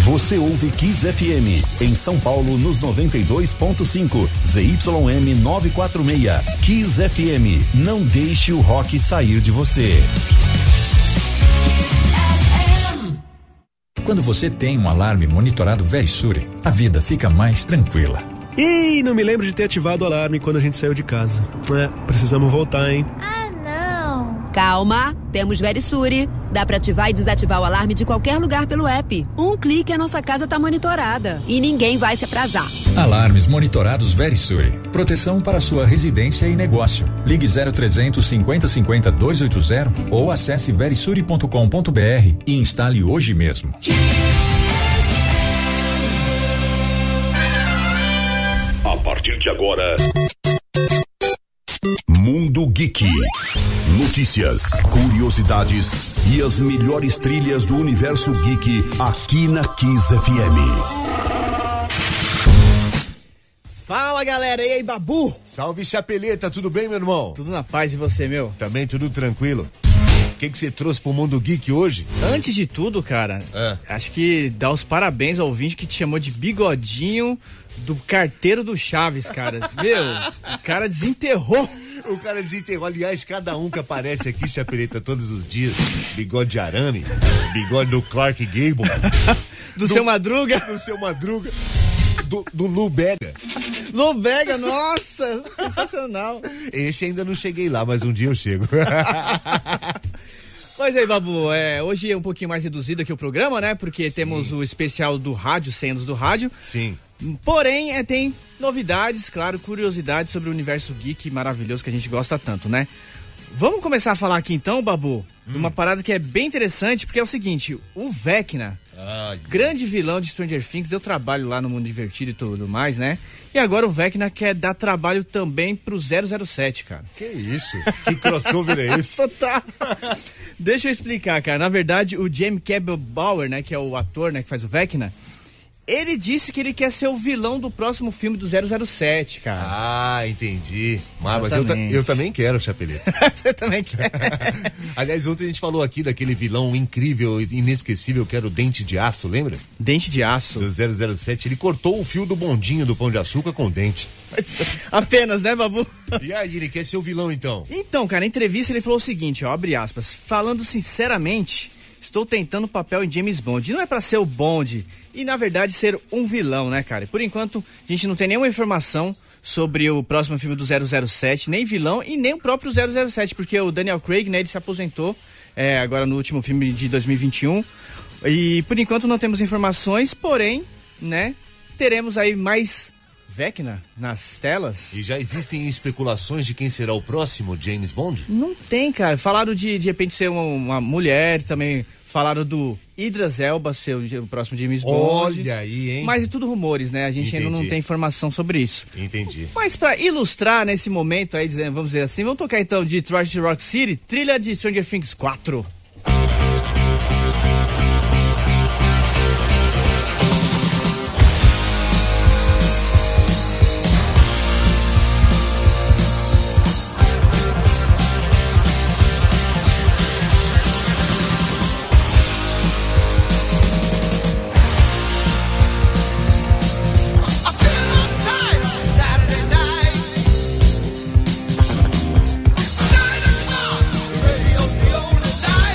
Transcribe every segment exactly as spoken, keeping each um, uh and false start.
Você ouve Kiss F M, em São Paulo nos noventa e dois ponto cinco, Z Y M novecentos e quarenta e seis. Kiss F M, não deixe o rock sair de você. Quando você tem um alarme monitorado Verisure, a vida fica mais tranquila. Ih, não me lembro de ter ativado o alarme quando a gente saiu de casa. É, precisamos voltar, hein? Ah, não. Calma, temos Verisure. Dá pra ativar e desativar o alarme de qualquer lugar pelo app. Um clique e a nossa casa tá monitorada. E ninguém vai se atrasar. Alarmes monitorados Verisure. Proteção para sua residência e negócio. Ligue zero trezentos cinquenta cinquenta duzentos e oitenta ou acesse verisure ponto com ponto br e instale hoje mesmo. A partir de agora, Mundo Geek. Notícias, curiosidades e as melhores trilhas do universo geek aqui na Kiss F M. Fala, galera, e aí, Babu? Salve, Chapeleta, tudo bem, meu irmão? Tudo na paz e você, meu? Também tudo tranquilo. O que que você trouxe pro Mundo Geek hoje? Antes de tudo, cara, é. acho que dá os parabéns ao ouvinte que te chamou de bigodinho do carteiro do Chaves, cara. Meu, o cara desenterrou. O cara desenterrou. Aliás, cada um que aparece aqui, Chapeleta, todos os dias. Bigode de arame, bigode do Clark Gable. do, do Seu Madruga. Do Seu Madruga. Do, do Lu Bega. Lu Bega, nossa, sensacional. Esse ainda não cheguei lá, mas um dia eu chego. Mas aí, Babu, é, hoje é um pouquinho mais reduzido aqui o programa, né? Porque Sim. temos o especial do rádio, cenas do rádio. Sim. Porém, é, tem novidades, claro, curiosidades sobre o universo geek maravilhoso que a gente gosta tanto, né? Vamos começar a falar aqui então, Babu, hum. de uma parada que é bem interessante, porque é o seguinte, o Vecna, ah, grande vilão de Stranger Things, deu trabalho lá no Mundo Divertido e tudo mais, né? E agora o Vecna quer dar trabalho também pro zero zero sete, cara. Que isso? Que crossover é esse? Total. Deixa eu explicar, cara. Na verdade, o James Campbell Bower, né, que é o ator, né, que faz o Vecna, ele disse que ele quer ser o vilão do próximo filme do zero zero sete, cara. Ah, entendi. Mas, mas eu, ta, eu também quero, Chapeleta. Você também quer. Aliás, ontem a gente falou aqui daquele vilão incrível, inesquecível, que era o Dente de Aço, lembra? Dente de Aço. Do zero zero sete. Ele cortou o fio do bondinho do Pão de Açúcar com o dente. Apenas, né, Babu? E aí, ele quer ser o vilão, então? Então, cara, na entrevista ele falou o seguinte, ó, abre aspas, falando sinceramente... Estou tentando o papel em James Bond. Não é pra ser o Bond e, na verdade, ser um vilão, né, cara? Por enquanto, a gente não tem nenhuma informação sobre o próximo filme do zero zero sete, nem vilão e nem o próprio zero zero sete, porque o Daniel Craig, né, ele se aposentou é, agora no último filme de dois mil e vinte e um. E, por enquanto, não temos informações, porém, né, teremos aí mais Vecna nas telas. E já existem especulações de quem será o próximo James Bond? Não tem, cara. Falaram de de repente ser uma, uma mulher, também falaram do Idris Elba ser o, o próximo James Bond. Olha aí, hein? Mas é tudo rumores, né? A gente Entendi. ainda não tem informação sobre isso. Entendi. Mas pra ilustrar nesse momento aí, vamos dizer assim, vamos tocar então de Detroit Rock City, trilha de Stranger Things quatro. Nine o'clock, radio the only light.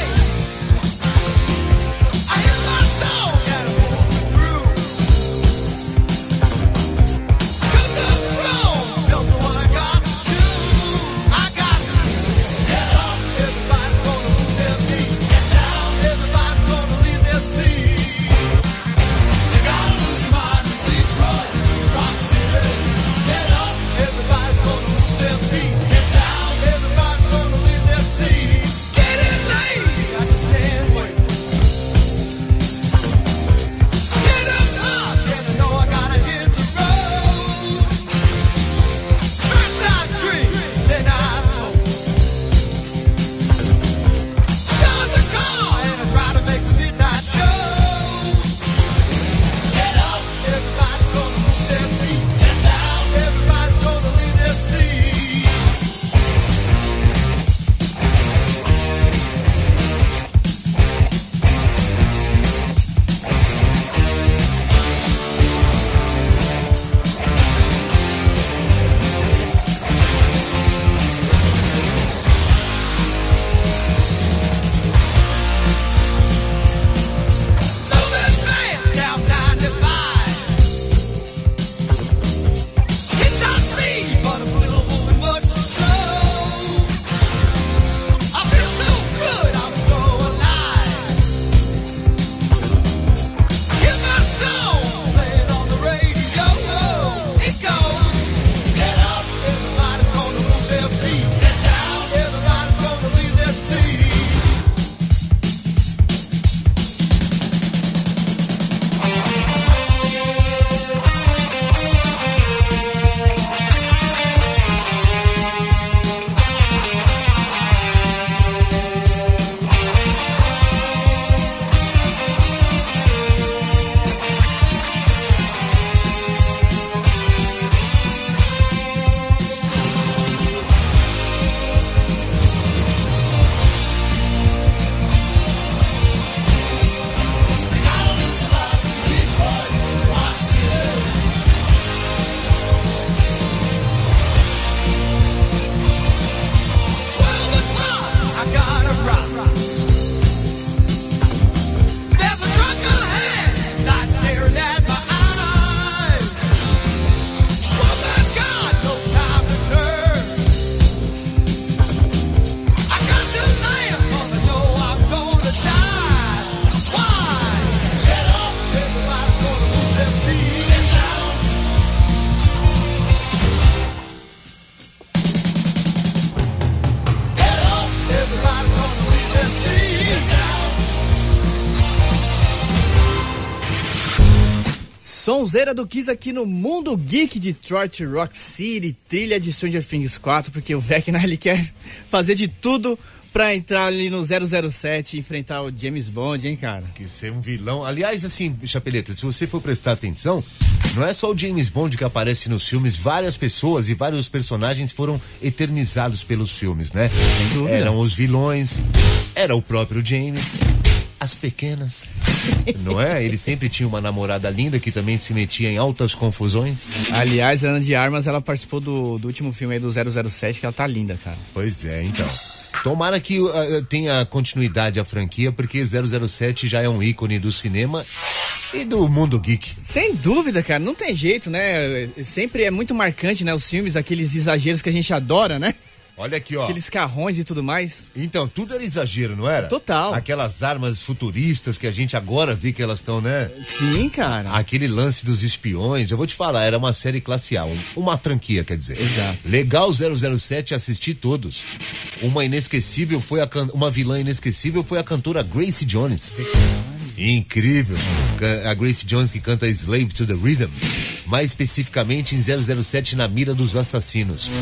Sonzeira do Kiss aqui no Mundo Geek, Detroit Rock City, trilha de Stranger Things quatro, porque o Vecna, ele quer fazer de tudo pra entrar ali no zero zero sete e enfrentar o James Bond, hein, cara? Que ser um vilão. Aliás, assim, Chapeleta, se você for prestar atenção, não é só o James Bond que aparece nos filmes, várias pessoas e vários personagens foram eternizados pelos filmes, né? Sem dúvida. Eram os vilões, era o próprio James, as pequenas, não é? Ele sempre tinha uma namorada linda que também se metia em altas confusões. Aliás, a Ana de Armas, ela participou do, do último filme aí do zero zero sete, que ela tá linda, cara. Pois é, então. Tomara que uh, tenha continuidade a franquia, porque zero zero sete já é um ícone do cinema e do mundo geek. Sem dúvida, cara, não tem jeito, né? Sempre é muito marcante, né? Os filmes, aqueles exageros que a gente adora, né? Olha aqui, ó. Aqueles carrões e tudo mais. Então, tudo era exagero, não era? Total. Aquelas armas futuristas que a gente agora vê que elas estão, né? Sim, cara. Aquele lance dos espiões, eu vou te falar, era uma série classe A, um, uma franquia, quer dizer. Exato. Legal zero zero sete, assisti todos. Uma inesquecível foi a can... uma vilã inesquecível foi a cantora Grace Jones. Incrível. A Grace Jones que canta Slave to the Rhythm. Mais especificamente em zero zero sete, Na Mira dos Assassinos.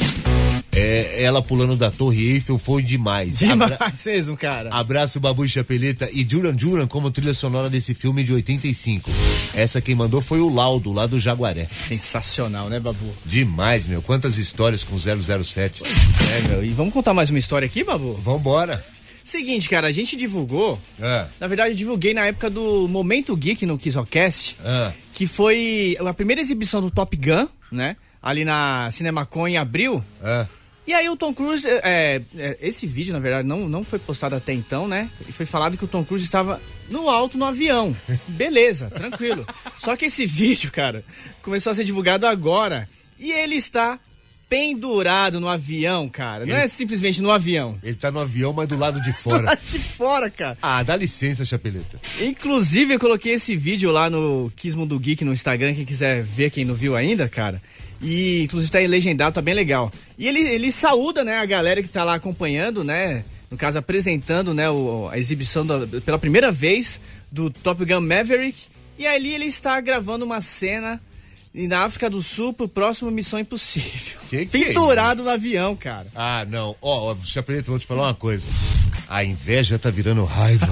É, ela pulando da Torre Eiffel foi demais. Demais Abra... mesmo, cara. Abraço, Babu e Chapeleta. E Duran Duran como trilha sonora desse filme de oitenta e cinco. Essa quem mandou foi o Laudo, lá do Jaguaré. Sensacional, né, Babu? Demais, meu. Quantas histórias com zero zero sete. É, meu. E vamos contar mais uma história aqui, Babu? Vambora. Seguinte, cara, a gente divulgou. É. Na verdade, eu divulguei na época do Momento Geek no Kizocast. É. Que foi a primeira exibição do Top Gun, né? Ali na Cinemacon em abril. É. E aí o Tom Cruise, é, é, esse vídeo na verdade não, não foi postado até então, né? E foi falado que o Tom Cruise estava no alto no avião. Beleza, tranquilo. Só que esse vídeo, cara, começou a ser divulgado agora e ele está pendurado no avião, cara. Não ele... é simplesmente no avião. Ele tá no avião, mas do lado de fora. Do lado de fora, cara. Ah, dá licença, Chapeleta. Inclusive eu coloquei esse vídeo lá no Kiss Mundo Geek no Instagram, quem quiser ver, quem não viu ainda, cara. E inclusive tá aí legendado, tá bem legal. E ele, ele saúda, né, a galera que tá lá acompanhando, né, no caso apresentando, né, o, a exibição da, pela primeira vez do Top Gun Maverick. E ali ele está gravando uma cena na África do Sul pro próximo Missão Impossível. Que que Pendurado é no avião, cara. Ah, não. Ó, oh, Chapeleta, vou te falar uma coisa. A inveja tá virando raiva.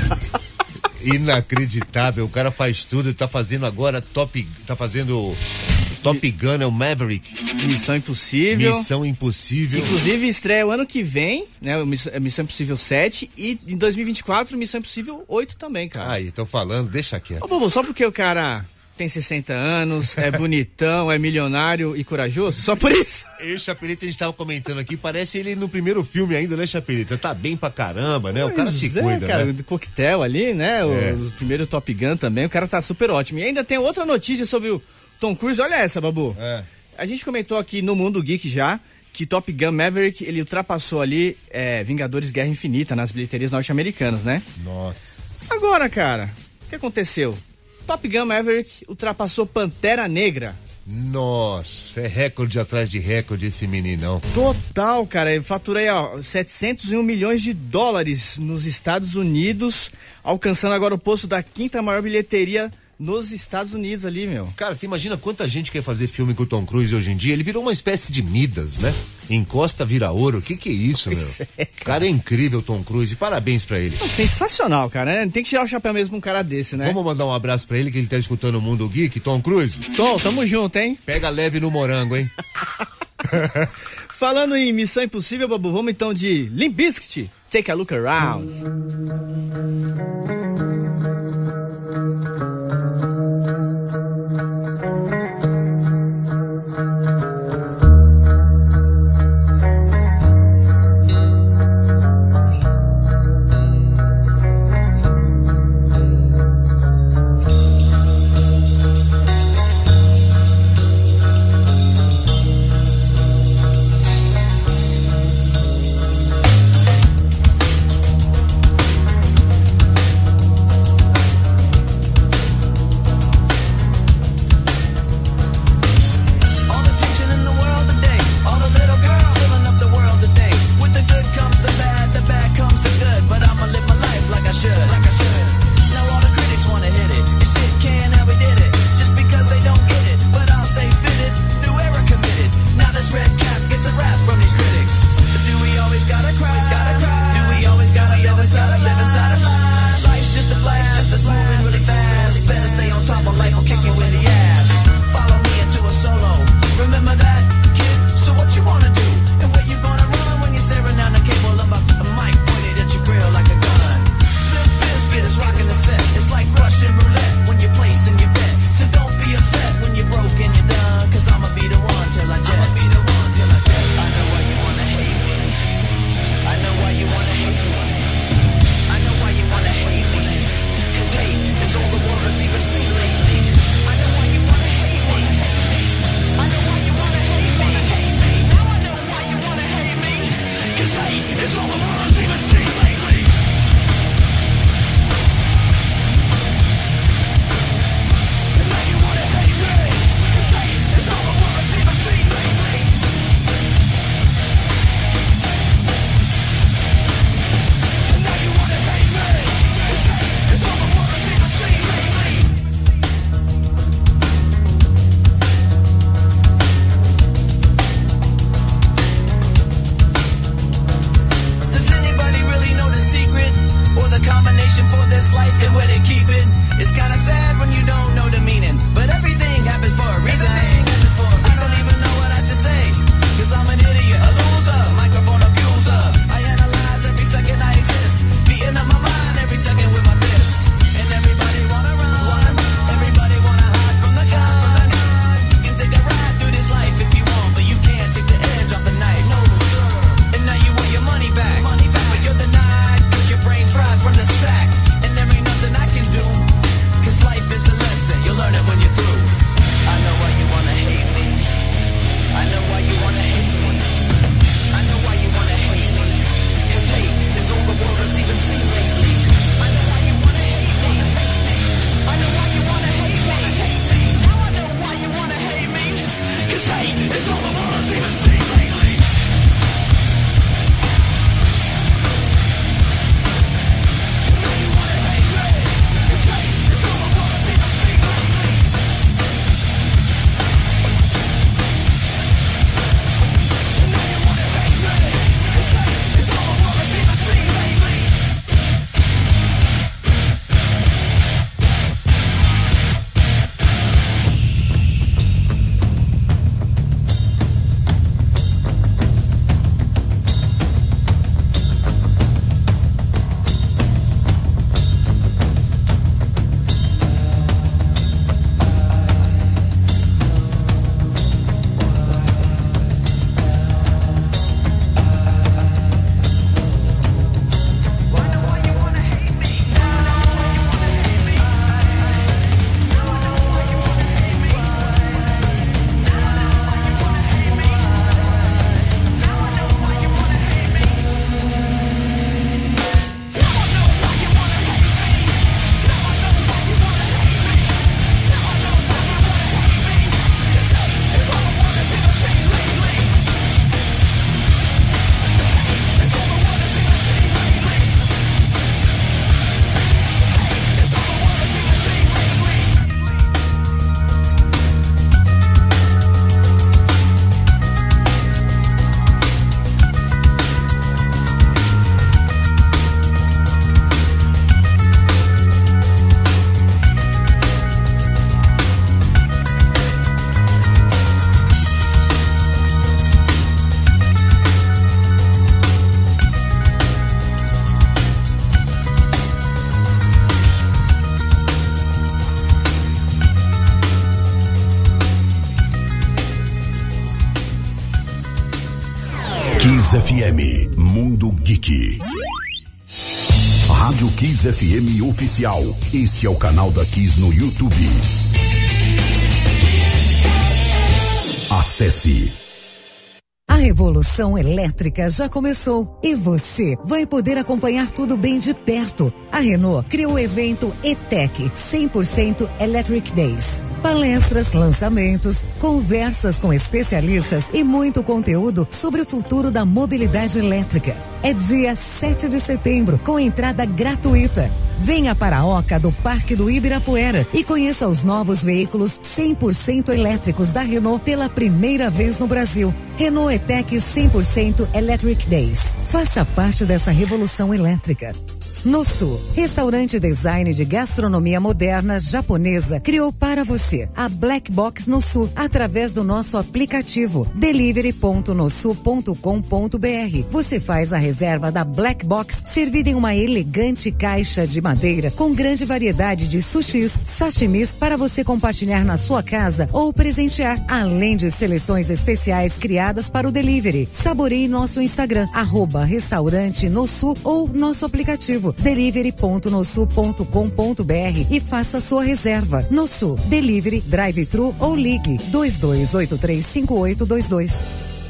Inacreditável. O cara faz tudo, ele tá fazendo agora Top... Tá fazendo... Top Gun é o Maverick. Missão Impossível. Missão Impossível. Inclusive estreia o ano que vem, né? O Missão Impossível sete e em dois mil e vinte e quatro Missão Impossível oito também, cara. Aí, estão falando, deixa quieto. Ô, Bobo, só porque o cara tem sessenta anos, é bonitão, é milionário e corajoso? Só por isso? E o Chapeleta, a gente tava comentando aqui, parece ele no primeiro filme ainda, né, Chapeleta? Tá bem pra caramba, né? Pois o cara se é, cuida, cara, né? Do coquetel ali, né? O, é. o primeiro Top Gun também, o cara tá super ótimo. E ainda tem outra notícia sobre o Tom Cruise, olha essa, Babu. É. A gente comentou aqui no Mundo Geek já que Top Gun Maverick, ele ultrapassou ali é, Vingadores Guerra Infinita nas bilheterias norte-americanas, né? Nossa. Agora, cara, o que aconteceu? Top Gun Maverick ultrapassou Pantera Negra. Nossa, é recorde atrás de recorde esse meninão. Total, cara, ele fatura aí, ó, setecentos e um milhões de dólares nos Estados Unidos, alcançando agora o posto da quinta maior bilheteria nos Estados Unidos ali, meu. Cara, você imagina quanta gente quer fazer filme com o Tom Cruise hoje em dia? Ele virou uma espécie de Midas, né? Encosta, vira ouro. O que que é isso, meu? É, cara. cara é incrível, Tom Cruise. Parabéns pra ele. Sensacional, cara. Tem que tirar o chapéu mesmo pra um cara desse, né? Vamos mandar um abraço pra ele, que ele tá escutando o Mundo Geek. Tom Cruise. Tom, tamo junto, hein? Pega leve no morango, hein? Falando em Missão Impossível, Babu, vamos então de Limp Bizkit. Take a look around. Kiss F M, Mundo Geek. Rádio Kiss F M Oficial. Este é o canal da Kiss no YouTube. Acesse. A revolução elétrica já começou e você vai poder acompanhar tudo bem de perto. A Renault criou o evento E-Tech cem por cento Electric Days. Palestras, lançamentos, conversas com especialistas e muito conteúdo sobre o futuro da mobilidade elétrica. É dia sete de setembro, com entrada gratuita. Venha para a Oca do Parque do Ibirapuera e conheça os novos veículos cem por cento elétricos da Renault pela primeira vez no Brasil. Renault E-Tech cem por cento Electric Days. Faça parte dessa revolução elétrica. Nossu, restaurante design de gastronomia moderna japonesa, criou para você a Black Box Nossu através do nosso aplicativo delivery ponto nossu ponto com ponto br. Você faz a reserva da Black Box servida em uma elegante caixa de madeira com grande variedade de sushis, sashimis para você compartilhar na sua casa ou presentear, além de seleções especiais criadas para o delivery. Saboreie nosso Instagram, arroba restaurante Nossu ou nosso aplicativo delivery ponto nossu ponto com ponto br e faça sua reserva. Nossu, delivery, drive-thru ou ligue dois dois oito três cinco oito dois dois.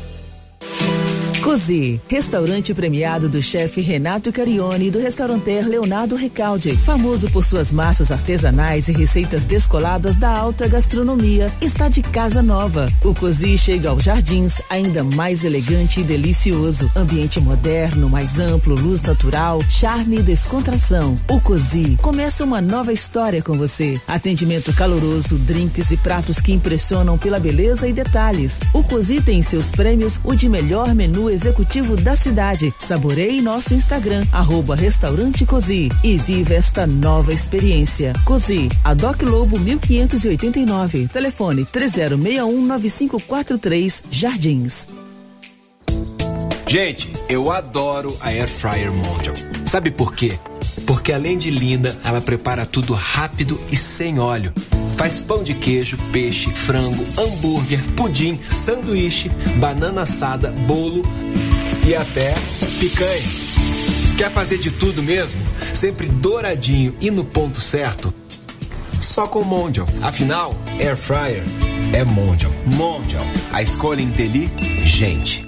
Cozy, restaurante premiado do chefe Renato Carione e do restauranter Leonardo Recalde, famoso por suas massas artesanais e receitas descoladas da alta gastronomia, está de casa nova. O Cozy chega aos Jardins ainda mais elegante e delicioso. Ambiente moderno, mais amplo, luz natural, charme e descontração. O Cozy começa uma nova história com você. Atendimento caloroso, drinks e pratos que impressionam pela beleza e detalhes. O Cozy tem em seus prêmios o de melhor menu executivo da cidade. Saboreie nosso Instagram, arroba restaurante Cozy, e viva esta nova experiência. Cozy, a Doc Lobo mil quinhentos e oitenta e nove, telefone três zero seis um nove cinco quatro três, Jardins. Gente, eu adoro a Air Fryer Mondial. Sabe por quê? Porque além de linda, ela prepara tudo rápido e sem óleo. Faz pão de queijo, peixe, frango, hambúrguer, pudim, sanduíche, banana assada, bolo e até picanha. Quer fazer de tudo mesmo? Sempre douradinho e no ponto certo? Só com Mondial. Afinal, Air Fryer é Mondial. Mondial, a escolha inteligente.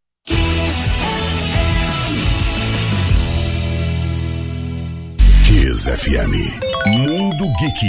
Kiss F M, Mundo Geek.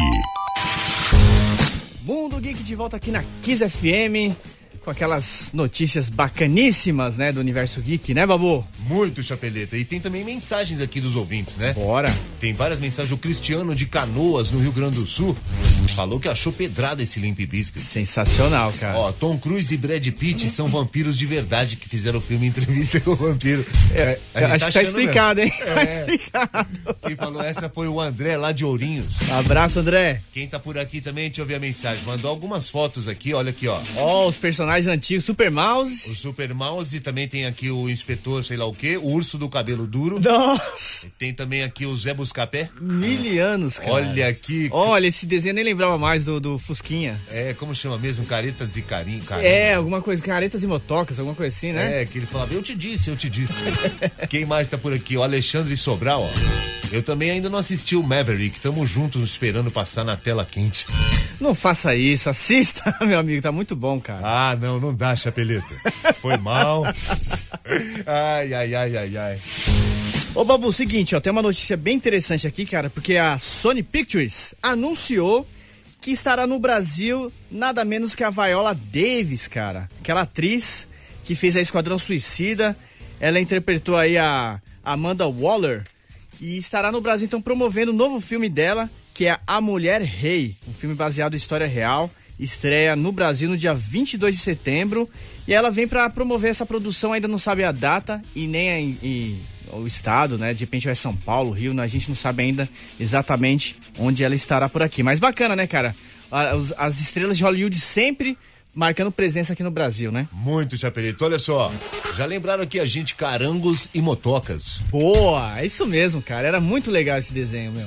Mundo Geek de volta aqui na Kiss F M, com aquelas notícias bacaníssimas, né, do universo geek, né, Babu? Muito, Chapeleta. E tem também mensagens aqui dos ouvintes, né? Bora. Tem várias mensagens. O Cristiano de Canoas, no Rio Grande do Sul, falou que achou pedrada esse Limp Bizkit. Sensacional, cara. Ó, Tom Cruise e Brad Pitt são vampiros de verdade que fizeram o filme Entrevista com o Vampiro. É, acho tá que tá explicado, mesmo. hein? É, tá explicado. Quem falou essa foi o André, lá de Ourinhos. Abraço, André. Quem tá por aqui também, deixa eu ver a mensagem. Mandou algumas fotos aqui, olha aqui, ó. Ó, os personagens antigos, Super Mouse. O Super Mouse, também tem aqui o inspetor, sei lá o quê, o urso do cabelo duro. Nossa! Tem também aqui o Zé Buscapé. Milianos, cara. Olha aqui. Olha, esse desenho eu nem lembrava mais do, do Fusquinha. É, como chama mesmo? Caretas e carinho, carinho. É, alguma coisa, caretas e motocas, alguma coisa assim, né? É, que ele falava, eu te disse, eu te disse. Quem mais tá por aqui? O Alexandre Sobral, ó. Eu também ainda não assisti o Maverick, tamo juntos esperando passar na tela quente. Não faça isso, assista, meu amigo, tá muito bom, cara. Ah, não, não dá, Chapeleta. Foi mal. Ai, ai, ai, ai, ai. Ô, Babu, seguinte, ó, tem uma notícia bem interessante aqui, cara, porque a Sony Pictures anunciou que estará no Brasil nada menos que a Viola Davis, cara. Aquela atriz que fez a Esquadrão Suicida. Ela interpretou aí a Amanda Waller e estará no Brasil, então, promovendo o novo filme dela, que é A Mulher Rei, um filme baseado em história real. Estreia no Brasil no dia vinte e dois de setembro e ela vem para promover essa produção, ainda não sabe a data e nem a, e, o estado, né? De repente vai São Paulo, Rio, a gente não sabe ainda exatamente onde ela estará por aqui. Mas bacana, né, cara? As, as estrelas de Hollywood sempre marcando presença aqui no Brasil, né? Muito, Chapelito. Olha só, já lembraram aqui a gente Carangos e Motocas? Boa, é isso mesmo, cara. Era muito legal esse desenho, meu.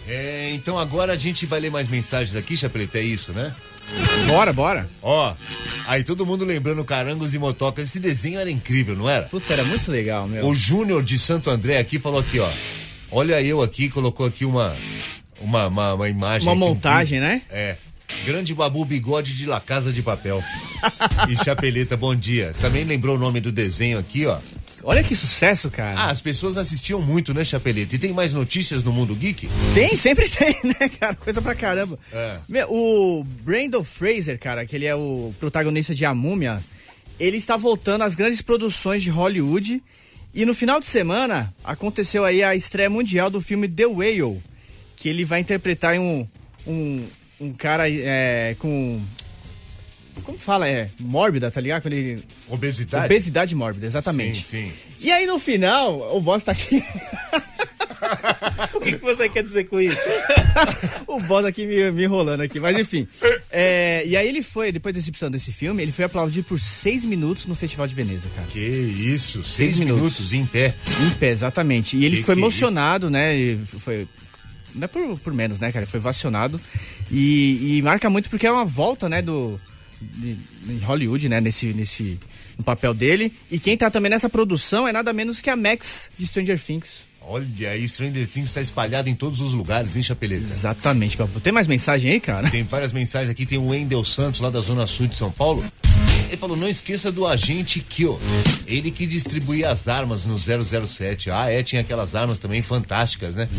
É, então agora a gente vai ler mais mensagens aqui, Chapeleta, é isso, né? Bora, bora. Ó, aí todo mundo lembrando Carangos e Motocas, esse desenho era incrível, não era? Puta, era muito legal, meu. O Júnior de Santo André aqui falou aqui, ó, olha eu aqui, colocou aqui uma, uma, uma, uma imagem. Uma aqui, montagem, um, né? É. Grande Babu Bigode de La Casa de Papel. E Chapeleta, bom dia. Também lembrou o nome do desenho aqui, ó. Olha que sucesso, cara. Ah, as pessoas assistiam muito, né, Chapeleta? E tem mais notícias no mundo geek? Tem, sempre tem, né, cara? Coisa pra caramba. É. Meu, o Brendan Fraser, cara, que ele é o protagonista de A Múmia, ele está voltando às grandes produções de Hollywood. E no final de semana, aconteceu aí a estreia mundial do filme The Whale, que ele vai interpretar um... um Um cara é, com... Como fala? É mórbida, tá ligado? Quando ele... Obesidade? Obesidade mórbida, exatamente. Sim, sim. E aí no final, o boss tá aqui... O que, que você quer dizer com isso? O boss aqui me, me enrolando aqui, mas enfim. É, e aí ele foi, depois da exibição desse filme, ele foi aplaudido por seis minutos no Festival de Veneza, cara. Que isso, seis, Seis minutos. minutos em pé. Em pé, exatamente. E ele Que foi que é emocionado, né? E foi... Não é por, por menos, né, cara? Ele foi vacionado. E, e marca muito porque é uma volta, né, do... De, de Hollywood, né, nesse... nesse no papel dele. E quem tá também nessa produção é nada menos que a Max de Stranger Things. Olha aí, Stranger Things tá espalhado em todos os lugares, hein, Chapeleta? Exatamente, papo. Tem mais mensagem aí, cara? Tem várias mensagens aqui, tem o Wendel Santos, lá da Zona Sul de São Paulo. Ele falou, não esqueça do agente Kyo, ele que distribuía as armas no zero zero sete. Ah, é, tinha aquelas armas também fantásticas, né?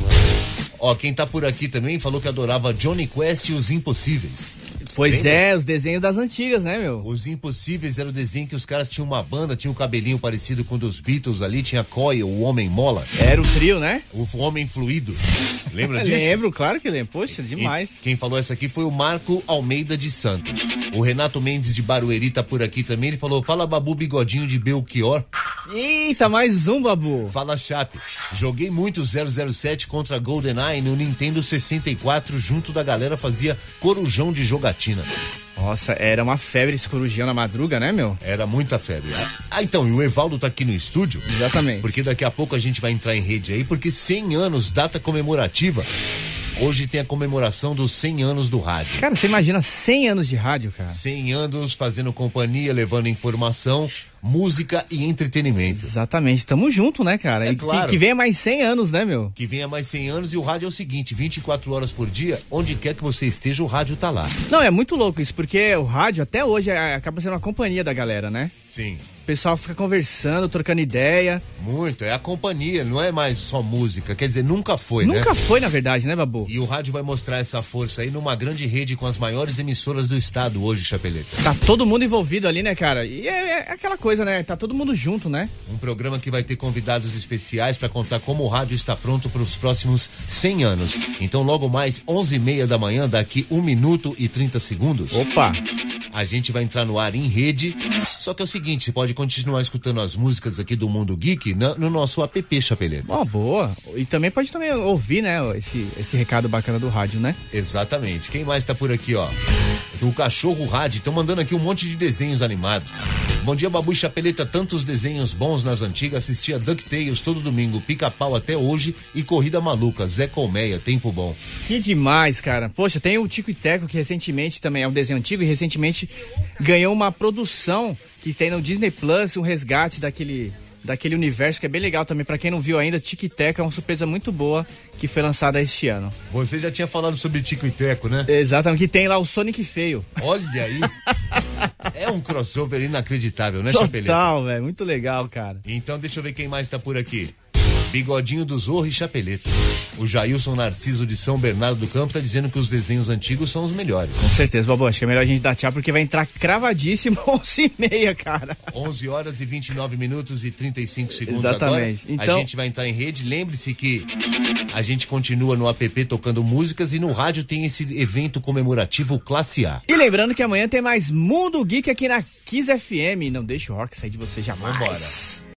Ó, quem tá por aqui também falou que adorava Johnny Quest e os Impossíveis. Pois Lembra? é, os desenhos das antigas, né, meu? Os Impossíveis era o desenho que os caras tinham uma banda, tinha um cabelinho parecido com o dos Beatles ali, tinha Coil, o Homem Mola. Era o trio, né? O Homem Fluido. Lembra disso? Lembro, claro que lembro. Poxa, demais. E quem falou essa aqui foi o Marco Almeida de Santos. O Renato Mendes de Barueri tá por aqui também. Ele falou, fala Babu Bigodinho de Belchior. Eita, mais um, Babu. Fala Chape. Joguei muito zero zero sete contra GoldenEye no Nintendo sessenta e quatro. Junto da galera fazia corujão de jogatina. Nossa, era uma febre esse corujão na madruga, né, meu? Era muita febre. Ah, então, e o Evaldo tá aqui no estúdio. Exatamente. Porque daqui a pouco a gente vai entrar em rede aí, porque cem anos, data comemorativa. Hoje tem a comemoração dos cem anos do rádio. Cara, você imagina cem anos de rádio, cara? cem anos fazendo companhia, levando informação, música e entretenimento. Exatamente, tamo junto, né, cara? É e claro. que, que venha mais cem anos, né, meu? Que venha mais cem anos e o rádio é o seguinte, vinte e quatro horas por dia, onde quer que você esteja, o rádio tá lá. Não, é muito louco isso, porque o rádio até hoje é, acaba sendo uma companhia da galera, né? Sim. O pessoal fica conversando, trocando ideia. Muito, é a companhia, não é mais só música, quer dizer, nunca foi, Nunca né? Nunca foi, na verdade, né, Babu? E o rádio vai mostrar essa força aí numa grande rede com as maiores emissoras do estado hoje, Chapeleta. Tá todo mundo envolvido ali, né, cara? E é, é aquela coisa, né? Tá todo mundo junto, né? Um programa que vai ter convidados especiais para contar como o rádio está pronto para os próximos cem anos. Então, logo mais, onze e meia da manhã, daqui um minuto e trinta segundos. Opa! A gente vai entrar no ar em rede. Só que é o seguinte, você pode continuar escutando as músicas aqui do Mundo Geek no, no nosso app, Chapeleta. Ó, oh, boa. E também pode também ouvir, né, esse, esse recado bacana do rádio, né? Exatamente. Quem mais tá por aqui, ó? O Cachorro Rádio. Estão mandando aqui um monte de desenhos animados. Bom dia, Babu e Chapeleta. Tantos desenhos bons nas antigas. Assistia DuckTales todo domingo. Pica-Pau até hoje e Corrida Maluca. Zé Colmeia, tempo bom. Que demais, cara. Poxa, tem o Tico e Teco, que recentemente também é um desenho antigo e recentemente ganhou uma produção que tem no Disney Plus, um resgate daquele, daquele universo que é bem legal também. Pra quem não viu ainda, Tico e Teco é uma surpresa muito boa que foi lançada este ano. Você já tinha falado sobre Tico e Teco, né? Exatamente, que tem lá o Sonic feio. Olha aí. É um crossover inacreditável, né, Total, Chapeleta? Total, velho. Muito legal, cara. Então deixa eu ver quem mais tá por aqui. Bigodinho do Zorro e Chapeleta. O Jailson Narciso de São Bernardo do Campo tá dizendo que os desenhos antigos são os melhores. Com certeza, Babu. Acho que é melhor a gente dar tchau porque vai entrar cravadíssimo onze e meia, cara. onze horas e vinte e nove minutos e trinta e cinco segundos. Exatamente. Agora. Então... A gente vai entrar em rede. Lembre-se que a gente continua no app tocando músicas e no rádio tem esse evento comemorativo Classe A. E lembrando que amanhã tem mais Mundo Geek aqui na Kiss F M. Não deixe o rock sair de você jamais. Vambora.